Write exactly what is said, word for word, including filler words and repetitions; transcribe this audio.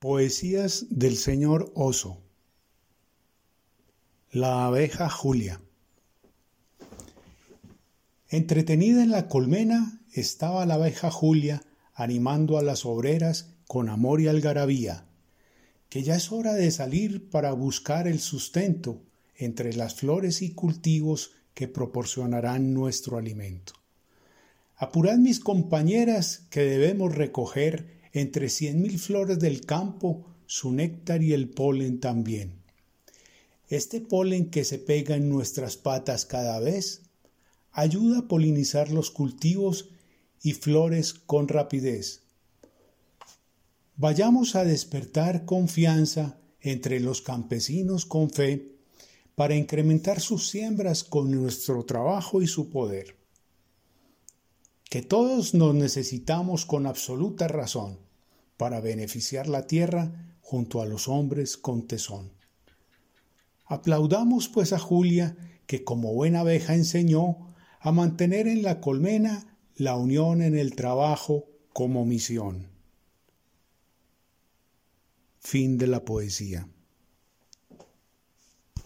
Poesías del señor Oso. La abeja Julia. Entretenida en la colmena estaba la abeja Julia animando a las obreras con amor y algarabía, que ya es hora de salir para buscar el sustento entre las flores y cultivos que proporcionarán nuestro alimento. Apurad, mis compañeras, que debemos recoger entre cien mil flores del campo su néctar y el polen también. Este polen que se pega en nuestras patas cada vez ayuda a polinizar los cultivos y flores con rapidez. Vayamos a despertar confianza entre los campesinos con fe para incrementar sus siembras con nuestro trabajo y su poder. Que todos nos necesitamos con absoluta razón para beneficiar la tierra junto a los hombres con tesón. Aplaudamos pues a Julia, que como buena abeja enseñó a mantener en la colmena la unión en el trabajo como misión. Fin de la poesía.